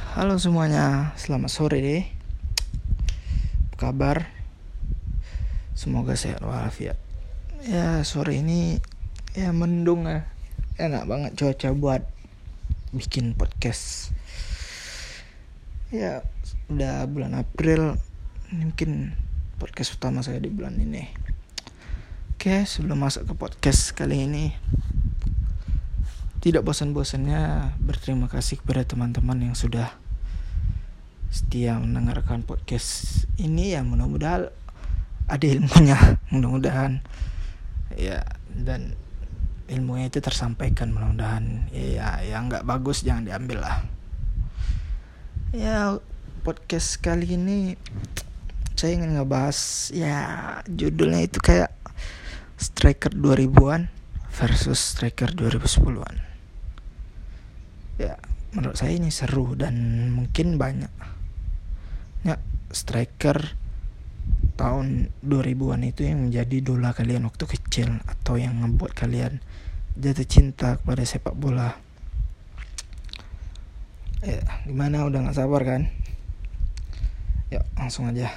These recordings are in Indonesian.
Halo semuanya, selamat sore deh. Apa kabar? Semoga sehat walafiat. Ya sore ini ya mendung ya. Enak banget cuaca buat bikin podcast. Ya udah bulan April, ini mungkin podcast pertama saya di bulan ini. Oke, sebelum masuk ke podcast kali ini, tidak bosan-bosannya berterima kasih kepada teman-teman yang sudah setia mendengarkan podcast ini. Ya mudah-mudahan ada ilmunya, mudah-mudahan ya, dan ilmunya itu tersampaikan mudah-mudahan. Ya nggak bagus jangan diambil lah. Ya podcast kali ini saya ingin ngebahas, ya judulnya itu kayak striker 2000-an versus striker 2010-an. Ya menurut saya ini seru dan mungkin banyak ya striker tahun 2000-an itu yang menjadi idola kalian waktu kecil, atau yang membuat kalian jatuh cinta kepada sepak bola. Ya gimana, udah gak sabar kan? Yuk langsung aja.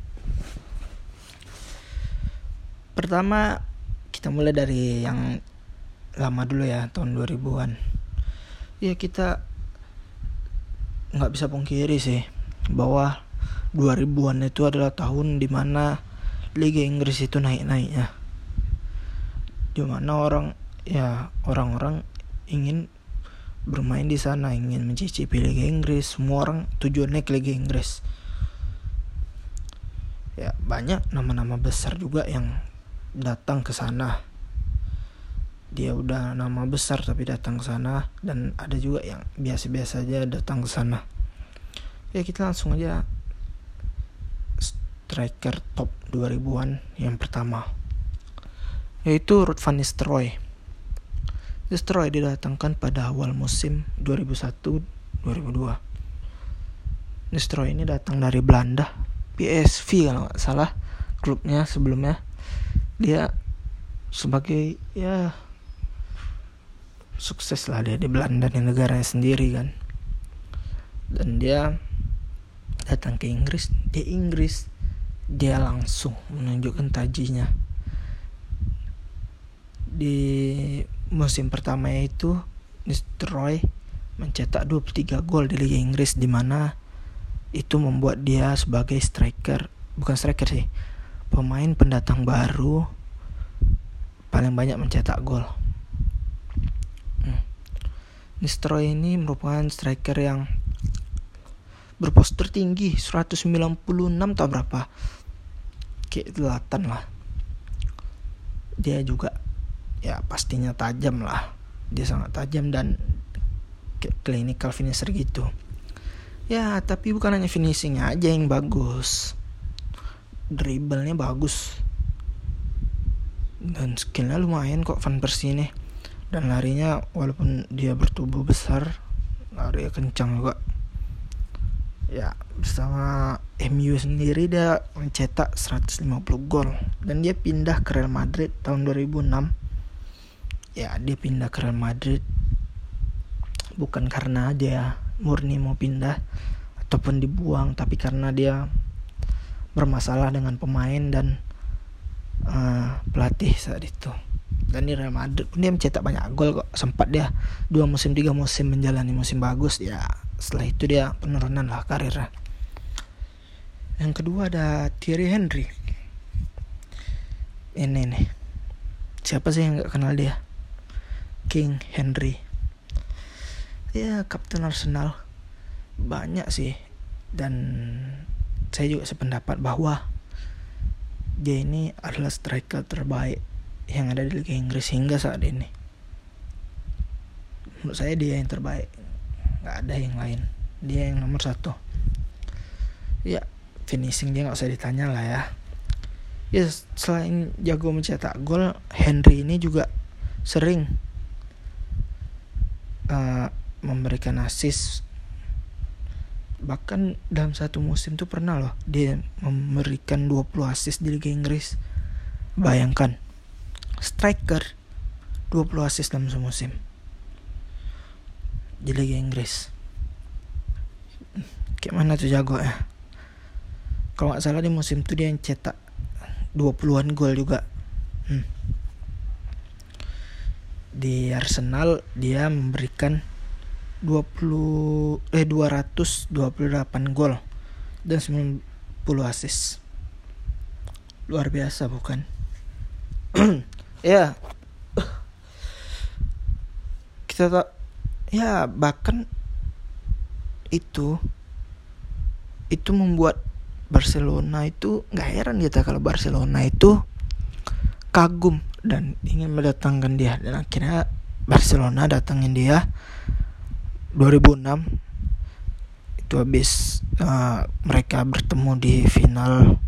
Pertama kita mulai dari yang lama dulu ya, tahun 2000-an. Ya kita gak bisa pungkiri sih bahwa 2000-an itu adalah tahun dimana Liga Inggris itu naik-naiknya, dimana orang-orang ingin bermain di sana, ingin mencicipi Liga Inggris. Semua orang tujuannya ke Liga Inggris. Ya banyak nama-nama besar juga yang datang ke sana. Dia udah nama besar tapi datang ke sana, dan ada juga yang biasa-biasa aja datang ke sana. Ya kita langsung aja striker top 2000-an yang pertama, yaitu Ruud van Nistelrooy. Nistelrooy didatangkan pada awal musim 2001-2002. Nistelrooy ini datang dari Belanda, PSV kalau nggak salah klubnya sebelumnya. Dia sebagai sukses lah dia di Belanda, di negaranya sendiri kan. Dan dia datang ke Inggris. Di Inggris dia langsung menunjukkan tajinya. Di musim pertama itu Nistelrooy mencetak 23 gol di Liga Inggris, di mana itu membuat dia sebagai pemain pendatang baru paling banyak mencetak gol. Nistelrooy ini merupakan striker yang berpostur tinggi, 196 atau berapa, kayak 8 lah. Dia juga ya pastinya tajam lah. Dia sangat tajam dan clinical finisher gitu. Ya tapi bukan hanya finishingnya aja yang bagus, dribblenya bagus, dan skillnya lumayan kok Van Persie ini. Dan larinya walaupun dia bertubuh besar, larinya kencang juga. Ya bersama MU sendiri dia mencetak 150 gol. Dan dia pindah ke Real Madrid tahun 2006. Ya dia pindah ke Real Madrid bukan karena dia murni mau pindah ataupun dibuang, tapi karena dia bermasalah dengan pemain dan pelatih saat itu. Dan di Real Madrid pun dia mencetak banyak gol kok. Sempat dia 2 musim 3 musim menjalani musim bagus. Ya setelah itu dia penurunan lah karirnya. Yang kedua ada Thierry Henry. Ini nih, siapa sih yang gak kenal dia? King Henry. Ya kapten Arsenal. Banyak sih. Dan saya juga sependapat bahwa dia ini adalah striker terbaik yang ada di Liga Inggris hingga saat ini. Menurut saya dia yang terbaik, gak ada yang lain. Dia yang nomor 1. Ya finishing dia gak usah ditanya lah ya. Ya selain jago mencetak gol, Henry ini juga sering memberikan assist. Bahkan dalam satu musim tuh pernah loh dia memberikan 20 assist di Liga Inggris. Bayangkan, striker 20 assist dalam semusim di Liga Inggris. Kayak mana tuh jago ya. Kalau nggak salah di musim itu dia yang cetak 20-an gol juga. Di Arsenal dia memberikan 228 gol dan 90 assist. Luar biasa bukan? Ya. Kita tak ya bahkan itu membuat Barcelona itu nggak heran kita kalau Barcelona itu kagum dan ingin mendatangkan dia, dan akhirnya Barcelona datangin dia 2006 itu habis mereka bertemu di final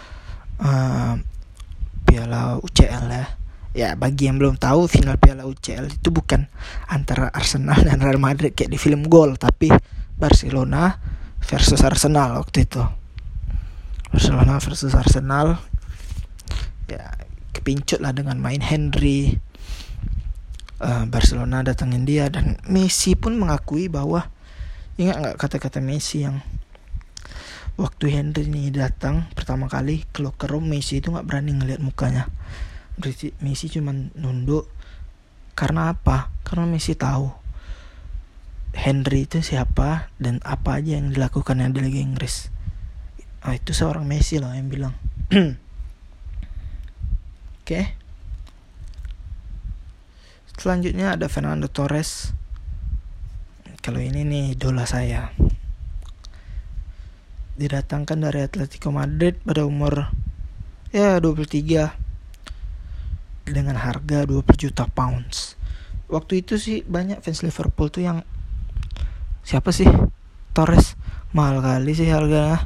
Piala UCL ya. Ya bagi yang belum tahu, final Piala UCL itu bukan antara Arsenal dan Real Madrid kayak di film Gol, tapi Barcelona versus Arsenal waktu itu. Barcelona versus Arsenal. Ya kepincut lah dengan main Henry. Barcelona datangin dia, dan Messi pun mengakui bahwa, ingat nggak kata-kata Messi yang waktu Henry ini datang pertama kali ke locker room, Messi itu nggak berani ngelihat mukanya. Messi cuma nunduk. Karena apa? Karena Messi tahu Henry itu siapa dan apa aja yang dilakukan di Liga Inggris. Itu seorang Messi loh yang bilang. Oke. Selanjutnya ada Fernando Torres. Kalau ini nih idola saya. Didatangkan dari Atletico Madrid pada umur 23 dengan harga 20 juta pounds. Waktu itu sih banyak fans Liverpool tuh yang siapa sih Torres, mahal kali sih harganya.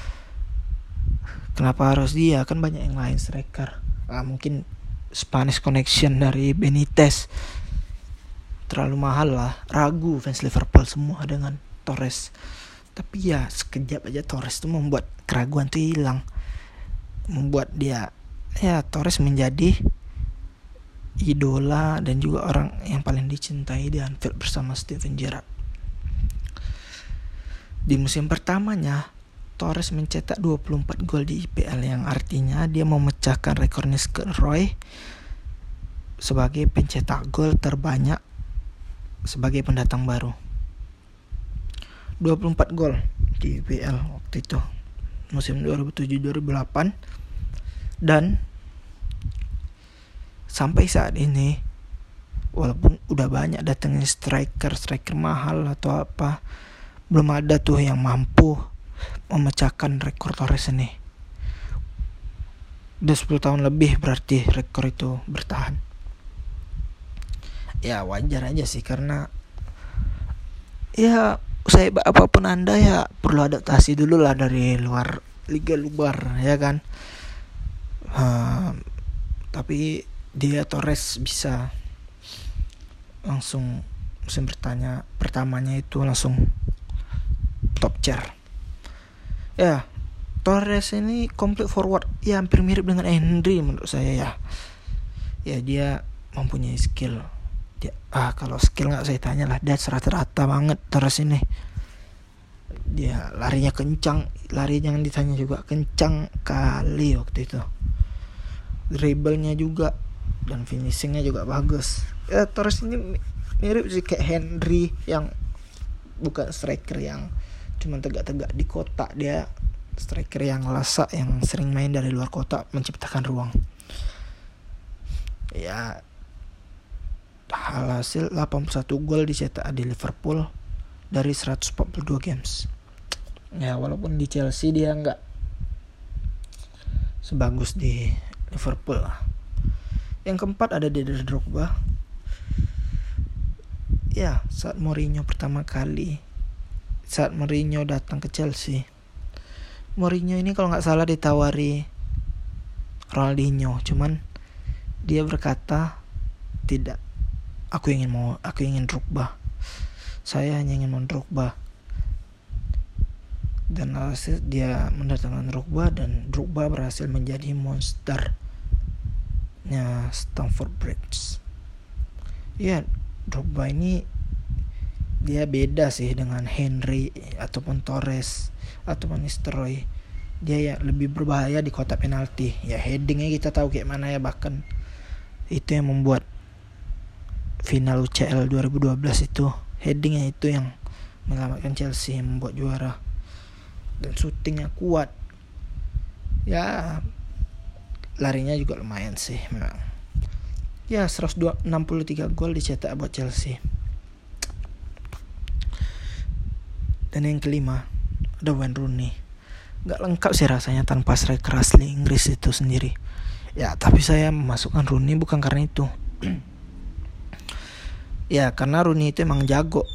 Kenapa harus dia? Kan banyak yang lain striker. Mungkin Spanish connection dari Benitez. Terlalu mahal lah. Ragu fans Liverpool semua dengan Torres. Tapi ya sekejap aja Torres tuh membuat keraguan tuh hilang. Membuat dia Torres menjadi idola dan juga orang yang paling dicintai di Anfield bersama Steven Gerrard. Di musim pertamanya Torres mencetak 24 gol di IPL, yang artinya dia memecahkan rekor Nistelrooy sebagai pencetak gol terbanyak sebagai pendatang baru. 24 gol di IPL waktu itu musim 2007-2008, dan sampai saat ini walaupun udah banyak datangin striker mahal atau apa, belum ada tuh yang mampu memecahkan rekor Torres ini. Udah 10 tahun lebih berarti rekor itu bertahan. Ya wajar aja sih, karena ya usai apapun Anda ya perlu adaptasi dulu lah dari liga luar ya kan. Tapi dia Torres bisa langsung musim pertamanya itu langsung top chair. Ya, Torres ini complete forward, ya hampir mirip dengan Henry menurut saya ya. Ya dia mempunyai skill. Kalau skill nggak saya tanya lah, dia rata-rata banget Torres ini. Dia larinya kencang, lari jangan ditanya juga, kencang kali waktu itu. Dribblenya juga dan finishingnya juga bagus. Ya Torres ini mirip sih kayak Henry, yang bukan striker yang cuma tegak-tegak di kotak, dia striker yang lasak, yang sering main dari luar kotak menciptakan ruang. Ya hasil 81 gol dicetak di Liverpool dari 142 games. Ya walaupun di Chelsea dia nggak sebagus di Liverpool. Yang keempat ada Didier Drogba. Ya saat Mourinho datang ke Chelsea, Mourinho ini kalau nggak salah ditawari Ronaldinho, cuman dia berkata tidak, aku ingin Drogba, saya hanya ingin Drogba. Dan hasil dia mendatangkan Drogba, dan Drogba berhasil menjadi monsternya Stamford Bridge. Ya Drogba ini dia beda sih dengan Henry ataupun Torres ataupun Nistelrooy. Dia ya lebih berbahaya di kotak penalti. Ya headingnya kita tahu kayak mana ya, bahkan itu yang membuat final UCL 2012 itu headingnya itu yang menyelamatkan Chelsea, yang membuat juara. Dan shootingnya kuat. Ya larinya juga lumayan sih memang. Ya 163 gol dicetak buat Chelsea. Dan yang kelima ada Wayne Rooney. Gak lengkap sih rasanya tanpa striker asli Inggris itu sendiri. Ya tapi saya memasukkan Rooney bukan karena itu. Ya karena Rooney itu emang jago.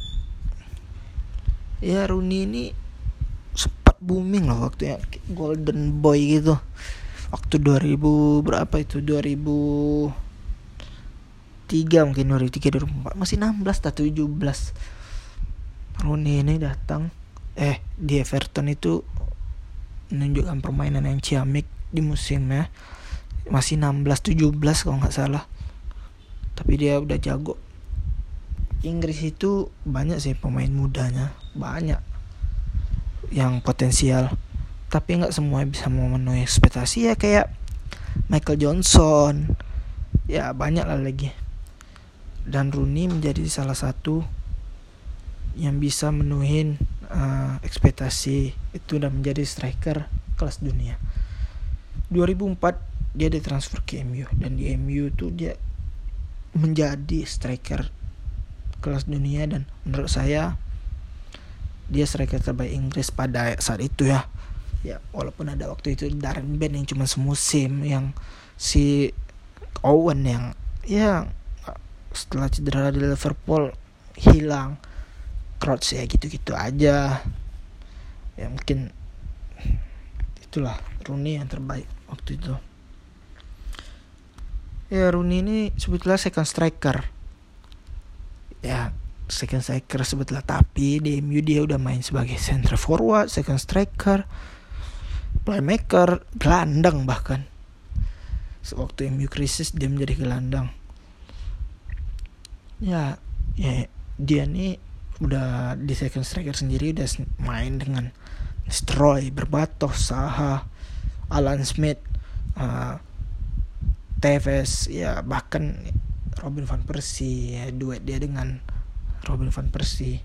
Ya Rooney ini sempat booming loh waktu ya, golden boy gitu. Waktu 2000 berapa itu, 2003 mungkin, 2003 2004 masih 16 atau 17. Rooney ini datang di Everton itu menunjukkan permainan yang ciamik di musimnya, masih 16-17 kalau nggak salah, tapi dia udah jago. Inggris itu banyak sih pemain mudanya, banyak yang potensial, tapi nggak semua bisa memenuhi ekspektasi ya, kayak Michael Johnson, ya banyak lah lagi. Dan Rooney menjadi salah satu yang bisa menuhin ekspektasi itu dan menjadi striker kelas dunia. 2004 dia ditransfer ke MU, dan di MU tuh dia menjadi striker kelas dunia, dan menurut saya dia striker terbaik Inggris pada saat itu ya. Ya walaupun ada waktu itu Darren Bent yang cuma semusim, yang si Owen yang ya setelah cedera di Liverpool hilang, Crouch ya gitu-gitu aja. Ya mungkin itulah Rooney yang terbaik waktu itu. Ya Rooney ini sebetulnya second striker. Ya second striker sebetulnya, tapi di MU dia udah main sebagai center forward, second striker, playmaker, gelandang bahkan. Sewaktu MU krisis dia menjadi gelandang. Ya dia nih udah di second striker sendiri udah main dengan Nistelrooy, Berbatov, Zaha, Alan Smith, Tevez, ya bahkan Robin van Persie, ya, duet dia dengan Robin van Persie.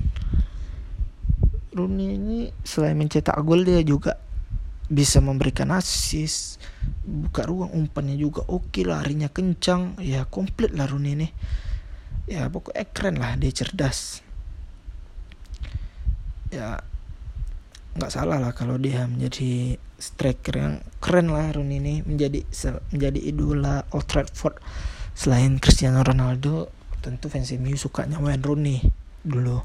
Rooney ini selain mencetak gol, dia juga bisa memberikan assist, buka ruang, umpannya juga oke, larinya kencang, ya komplit lah Rooney ini. Ya pokoknya keren lah, dia cerdas. Ya nggak salah lah kalau dia menjadi striker yang keren lah. Rooney ini menjadi idola Old Trafford. Selain Cristiano Ronaldo, tentu fans MU sukanya Wayne Rooney dulu.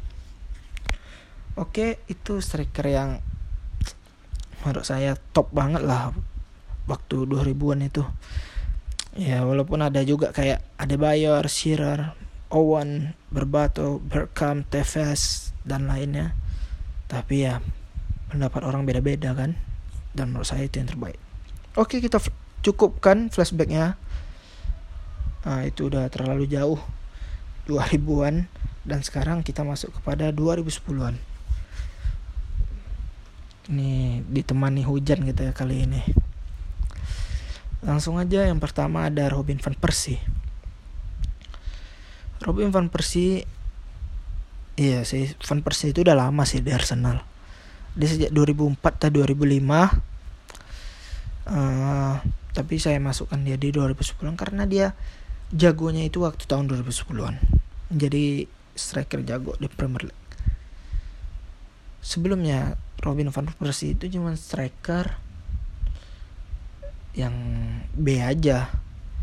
Oke, itu striker yang menurut saya top banget lah waktu 2000-an itu. Ya walaupun ada juga kayak Adebayor, Shearer, Owen, Berbatov, Bergkamp, Tevez dan lainnya, tapi ya pendapat orang beda-beda kan, dan menurut saya itu yang terbaik. Oke, kita cukupkan flashbacknya. Itu udah terlalu jauh 2000-an, dan sekarang kita masuk kepada 2010-an. Ini ditemani hujan gitu ya kali ini. Langsung aja, yang pertama ada Robin van Persie. Robin van Persie, iya sih, Van Persie itu udah lama sih di Arsenal. Dia sejak 2004 atau 2005. Tapi saya masukkan dia di 2010 karena dia jagonya itu waktu tahun 2010-an. Menjadi striker jago di Premier League. Sebelumnya Robin van Persie itu cuma striker yang B aja.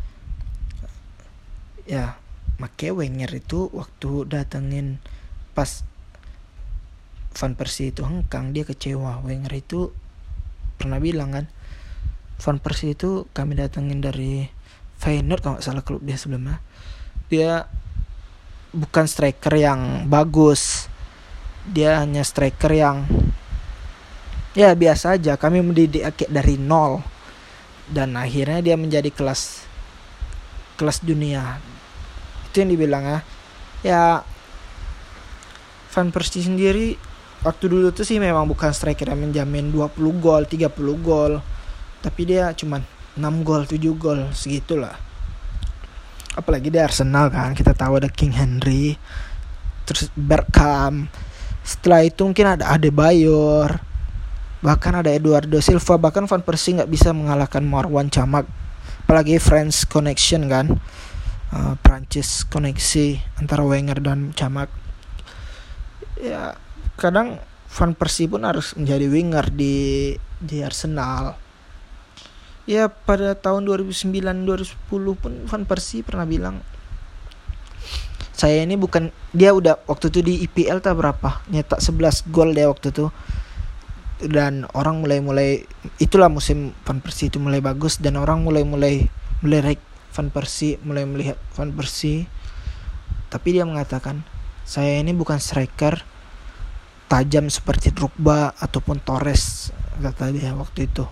Ya, makanya Wenger itu waktu datengin pas Van Persie itu hengkang, dia kecewa. Wenger itu pernah bilang kan, Van Persie itu kami datengin dari Feyenoord kalau gak salah klub dia sebelumnya. Dia bukan striker yang bagus, dia hanya striker yang ya biasa aja. Kami mendidik dari nol, dan akhirnya dia menjadi kelas dunia. Itu yang dibilang ya Van Persie sendiri waktu dulu tuh sih memang bukan striker yang menjamin 20 gol, 30 gol. Tapi dia cuman 6 gol, 7 gol segitulah. Apalagi di Arsenal kan, kita tahu ada King Henry, terus Bergkamp. Setelah itu mungkin ada Adebayor, bahkan ada Eduardo Silva. Bahkan Van Persie nggak bisa mengalahkan Marwan Chamakh. Apalagi French connection kan, Prancis koneksi antara Wenger dan Chamakh. Ya kadang Van Persie pun harus menjadi winger di Arsenal. Ya pada tahun 2009-2010 pun Van Persie pernah bilang, saya ini bukan, dia udah waktu itu di IPL tak berapa, nyetak 11 gol dia waktu itu. Dan orang mulai itulah musim Van Persie itu mulai bagus, dan orang mulai melirik Van Persie, mulai melihat Van Persie. Tapi dia mengatakan, saya ini bukan striker tajam seperti Drogba ataupun Torres, kata dia waktu itu.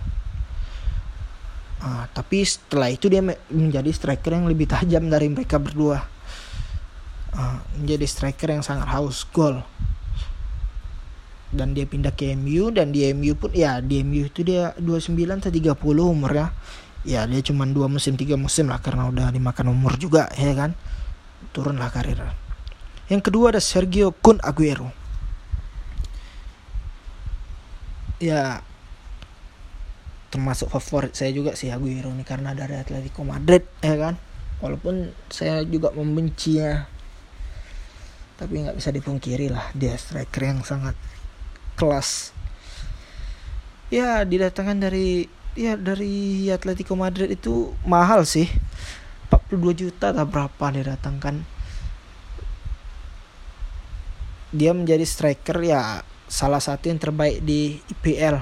Tapi setelah itu dia menjadi striker yang lebih tajam dari mereka berdua. Menjadi striker yang sangat haus gol. Dan dia pindah ke MU, dan di MU pun ya di MU itu dia 29 atau 30 umurnya. Ya dia cuma 2 musim 3 musim lah, karena udah dimakan umur juga ya kan. Turunlah karir. Yang kedua ada Sergio Kun Aguero. Ya termasuk favorit saya juga sih Aguero ini, karena dari Atletico Madrid ya kan. Walaupun saya juga membencinya, tapi nggak bisa dipungkiri lah, dia striker yang sangat kelas. Ya didatangkan dari Atletico Madrid itu mahal sih, 42 juta atau berapa didatangkan. Dia menjadi striker ya salah satu yang terbaik di IPL.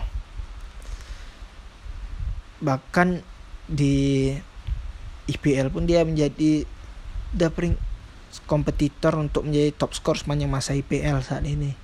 Bahkan di IPL pun dia menjadi kompetitor untuk menjadi top skor sepanjang masa IPL saat ini.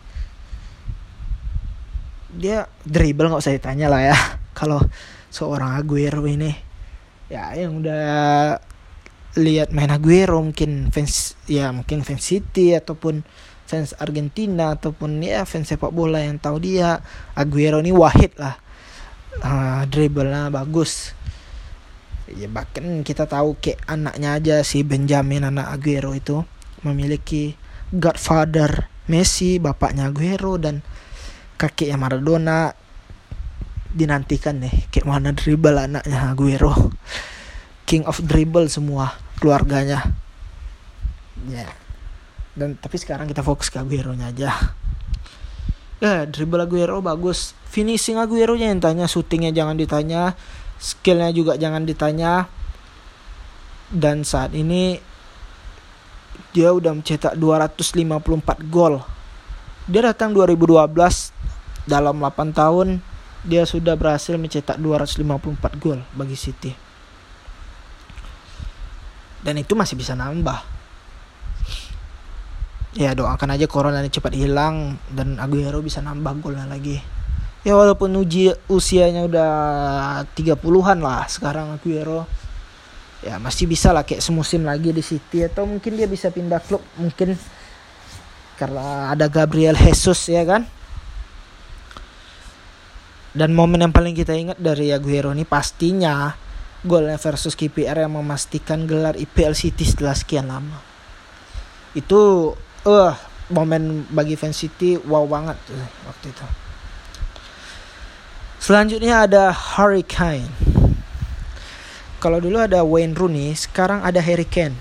Dia dribble nggak usah ditanya lah ya. Kalau seorang Aguero ini, ya yang udah lihat main Aguero mungkin fans City ataupun fans Argentina ataupun ya fans sepak bola yang tahu dia, Aguero ini wahid lah. Dribblenya bagus. Ya bahkan kita tahu kayak anaknya aja si Benjamin, anak Aguero itu memiliki godfather Messi, bapaknya Aguero, dan kakeknya Maradona. Dinantikan nih kayak mana dribble anaknya Aguero. King of dribble semua keluarganya. Ya. Dan tapi sekarang kita fokus ke Aguero-nya aja. Ya, dribble Aguero bagus. Finishing Aguero-nya yang tanya, shootingnya jangan ditanya, skillnya juga jangan ditanya. Dan saat ini dia udah mencetak 254 gol. Dia datang 2012, dalam 8 tahun dia sudah berhasil mencetak 254 gol bagi City. Dan itu masih bisa nambah. Ya doakan aja corona ini cepat hilang dan Aguero bisa nambah golnya lagi. Ya walaupun usianya udah 30-an lah sekarang Aguero, ya masih bisa lah kayak semusim lagi di City, atau mungkin dia bisa pindah klub mungkin karena ada Gabriel Jesus ya kan. Dan momen yang paling kita ingat dari Aguero ini pastinya golnya versus KPR yang memastikan gelar IPL City setelah sekian lama. Itu momen bagi fans City wow banget waktu itu. Selanjutnya ada Harry Kane. Kalau dulu ada Wayne Rooney, sekarang ada Harry Kane.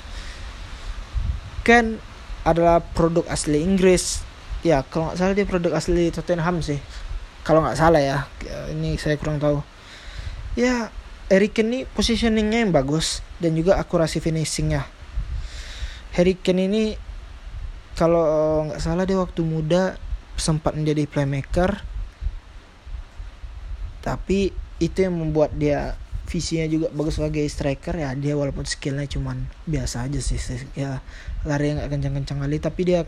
Kane adalah produk asli Inggris. Ya kalau gak salah dia produk asli Tottenham sih, kalau gak salah ya. Ini saya kurang tahu. Ya Harry Kane ini positioningnya yang bagus dan juga akurasi finishingnya. Harry Kane ini kalau gak salah dia waktu muda sempat menjadi playmaker, tapi itu yang membuat dia visinya juga bagus sebagai striker. Ya dia walaupun skillnya cuman biasa aja sih, ya lari nggak kencang-kencang kali, tapi dia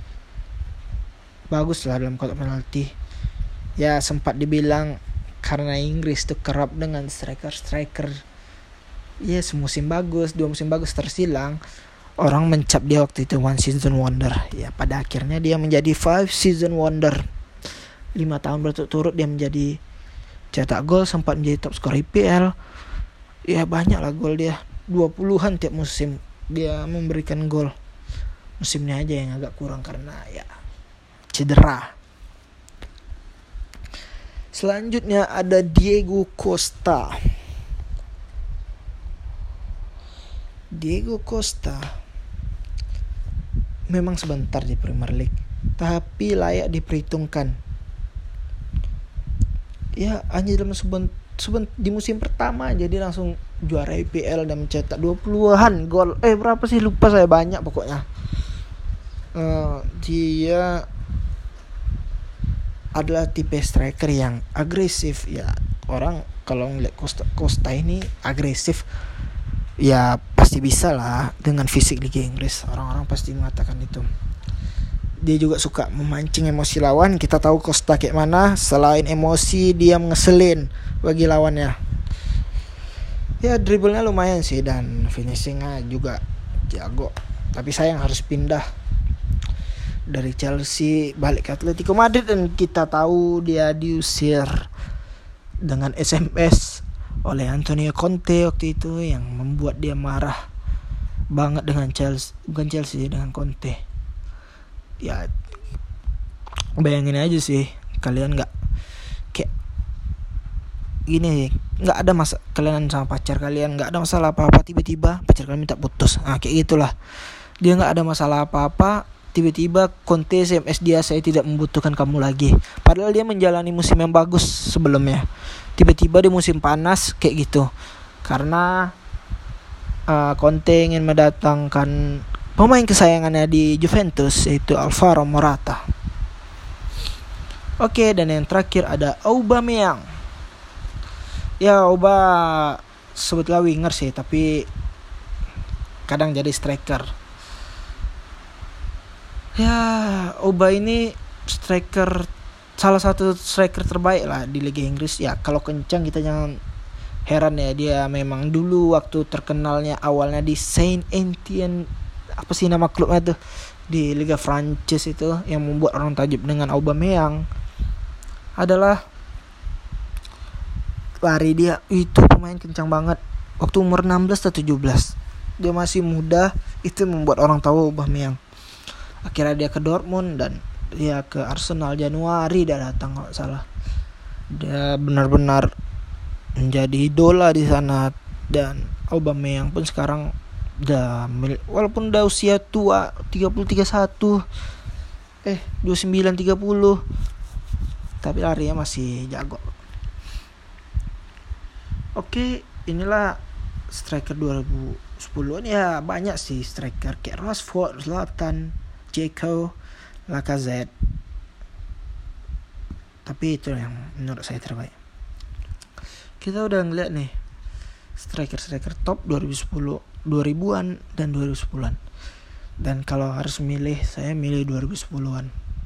bagus lah dalam kotak penalti. Ya sempat dibilang karena Inggris tuh kerap dengan striker ya semusim bagus, 2 musim bagus tersilang. orang mencap dia waktu itu one season wonder. Ya pada akhirnya dia menjadi 5 season wonder. 5 tahun berturut-turut dia menjadi cetak gol, sempat menjadi top skor IPL. Ya banyak lah gol dia, 20-an tiap musim dia memberikan gol. Musimnya aja yang agak kurang karena ya cedera. Selanjutnya ada Diego Costa. Diego Costa memang sebentar di Premier League, tapi layak diperhitungkan. Ya hanya dalam di musim pertama aja dia langsung juara IPL dan mencetak 20-an gol. Berapa sih lupa saya, banyak pokoknya. Dia adalah tipe striker yang agresif. Ya orang kalau ngeliat Costa ini agresif, ya pasti bisa lah dengan fisik Liga Inggris. Orang-orang pasti mengatakan itu. Dia juga suka memancing emosi lawan. Kita tahu Costa kayak mana. Selain emosi, dia ngeselin bagi lawannya. Ya dribblenya lumayan sih dan finishingnya juga jago. Tapi sayang harus pindah dari Chelsea balik ke Atletico Madrid, dan kita tahu dia diusir dengan SMS oleh Antonio Conte waktu itu, yang membuat dia marah banget dengan Chelsea, bukan Chelsea, dengan Conte. Ya bayangin aja sih, kalian nggak kayak gini, nggak ada kalian sama pacar kalian nggak ada masalah apa-apa, tiba-tiba pacar kalian minta putus. Kayak gitulah, dia nggak ada masalah apa-apa, tiba-tiba Conte SMS dia, saya tidak membutuhkan kamu lagi. Padahal dia menjalani musim yang bagus sebelumnya, tiba-tiba di musim panas kayak gitu. Karena Conte ingin mendatangkan pemain kesayangannya di Juventus, yaitu Alvaro Morata. Oke, dan yang terakhir ada Aubameyang. Ya Auba sebutlah winger sih, tapi kadang jadi striker. Ya Auba ini salah satu striker terbaik lah di Liga Inggris. Ya kalau kencang kita jangan heran ya, dia memang dulu waktu terkenalnya awalnya di Saint-Étienne, apa sih nama klubnya tuh di Liga Prancis itu, yang membuat orang takjub dengan Aubameyang adalah lari dia. Itu pemain kencang banget waktu umur 16 atau 17, dia masih muda. Itu membuat orang tahu Aubameyang. Akhirnya dia ke Dortmund dan dia ke Arsenal Januari dia datang kalau salah. Dia benar-benar menjadi idola di sana. Dan Aubameyang pun sekarang walaupun udah usia tua 30-31 29-30, tapi larinya masih jago. Oke, inilah striker 2010-an. Ya banyak sih striker kayak Rashford, Zlatan, Dzeko, Lacazette, tapi itu yang menurut saya terbaik. Kita udah ngeliat nih striker top 2010-2000-an dan 2010-an. Dan kalau harus milih, saya milih 2010-an.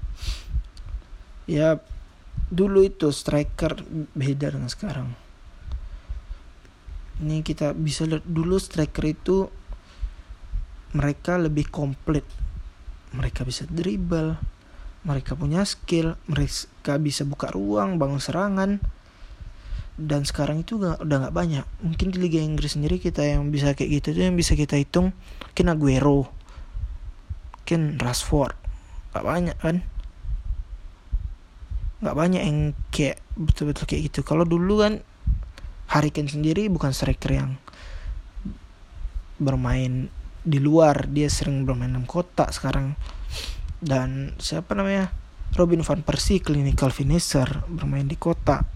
Ya dulu itu striker beda dengan sekarang. Ini kita bisa lihat dulu striker itu mereka lebih komplit. Mereka bisa dribble, mereka punya skill, mereka bisa buka ruang, bangun serangan. Dan sekarang itu udah gak banyak. Mungkin di Liga Inggris sendiri kita yang bisa kayak gitu tuh yang bisa kita hitung mungkin Aguero, mungkin Rashford. Gak banyak kan, gak banyak yang kayak betul-betul kayak gitu. Kalau dulu kan Harry Kane sendiri bukan striker yang bermain di luar, dia sering bermain dalam kotak sekarang. Dan siapa namanya, Robin van Persie, clinical finisher, bermain di kotak.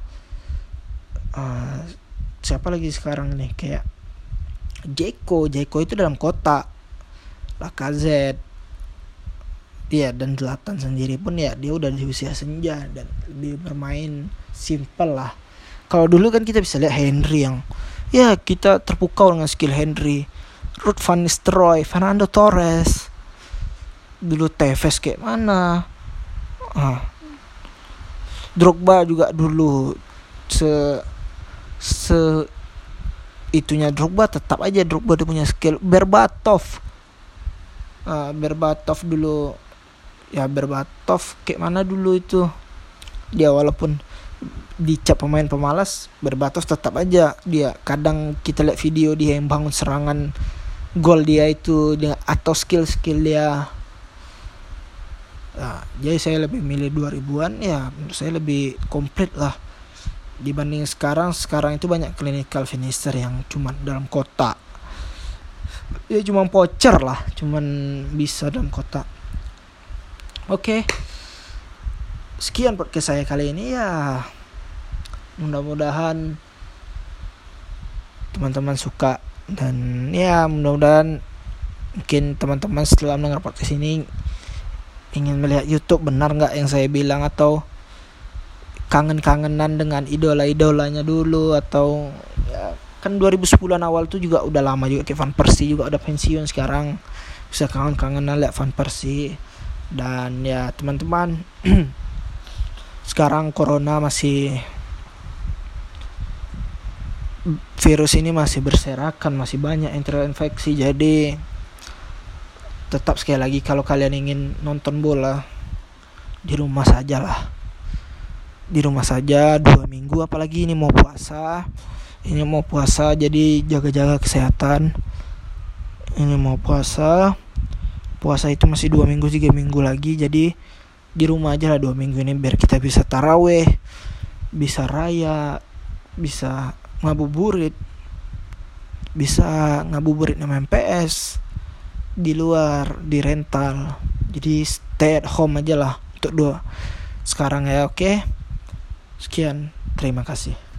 Siapa lagi sekarang nih, kayak Dzeko itu dalam kotak. Lacazette, ya, dan Zlatan sendiri pun ya dia udah di usia senja dan lebih bermain simple lah. Kalau dulu kan kita bisa lihat Henry yang ya kita terpukau dengan skill Henry, Ruud van Nistelrooy, Fernando Torres, dulu Tevez kayak mana, Drogba juga dulu itunya Drogba tetap aja Drogba dia punya skill. Berbatov Berbatov dulu, ya Berbatov kayak mana dulu itu, dia walaupun dicap pemain pemalas, Berbatov tetap aja dia, kadang kita lihat video dia yang bangun serangan, gol dia itu dia, atau skill dia. Jadi saya lebih milih 2000-an, ya menurut saya lebih komplit lah dibanding sekarang itu banyak clinical finisher yang cuma dalam kotak, ya cuma pocher lah, cuman bisa dalam kotak. Oke. Sekian podcast saya kali ini, ya mudah-mudahan teman-teman suka, dan ya mudah-mudahan mungkin teman-teman setelah mendengar podcast ini ingin melihat YouTube benar nggak yang saya bilang, atau kangen-kangenan dengan idola-idolanya dulu, atau ya kan 2010-an awal tuh juga udah lama juga, kayak Van Persie juga udah pensiun sekarang, bisa kangen-kangenan lihat Van Persie. Dan ya teman-teman, sekarang corona virus ini masih berserakan, masih banyak yang terinfeksi. Jadi tetap sekali lagi, kalau kalian ingin nonton bola, di rumah saja lah, di rumah saja 2 minggu, apalagi ini mau puasa, jadi jaga-jaga kesehatan. Ini mau puasa itu masih 2 minggu 3 minggu lagi, jadi di rumah aja lah 2 minggu ini, biar kita bisa taraweh, bisa raya, bisa ngabuburit main PS di luar, di rental. Jadi stay at home aja lah untuk sekarang ya. Oke. Sekian, terima kasih.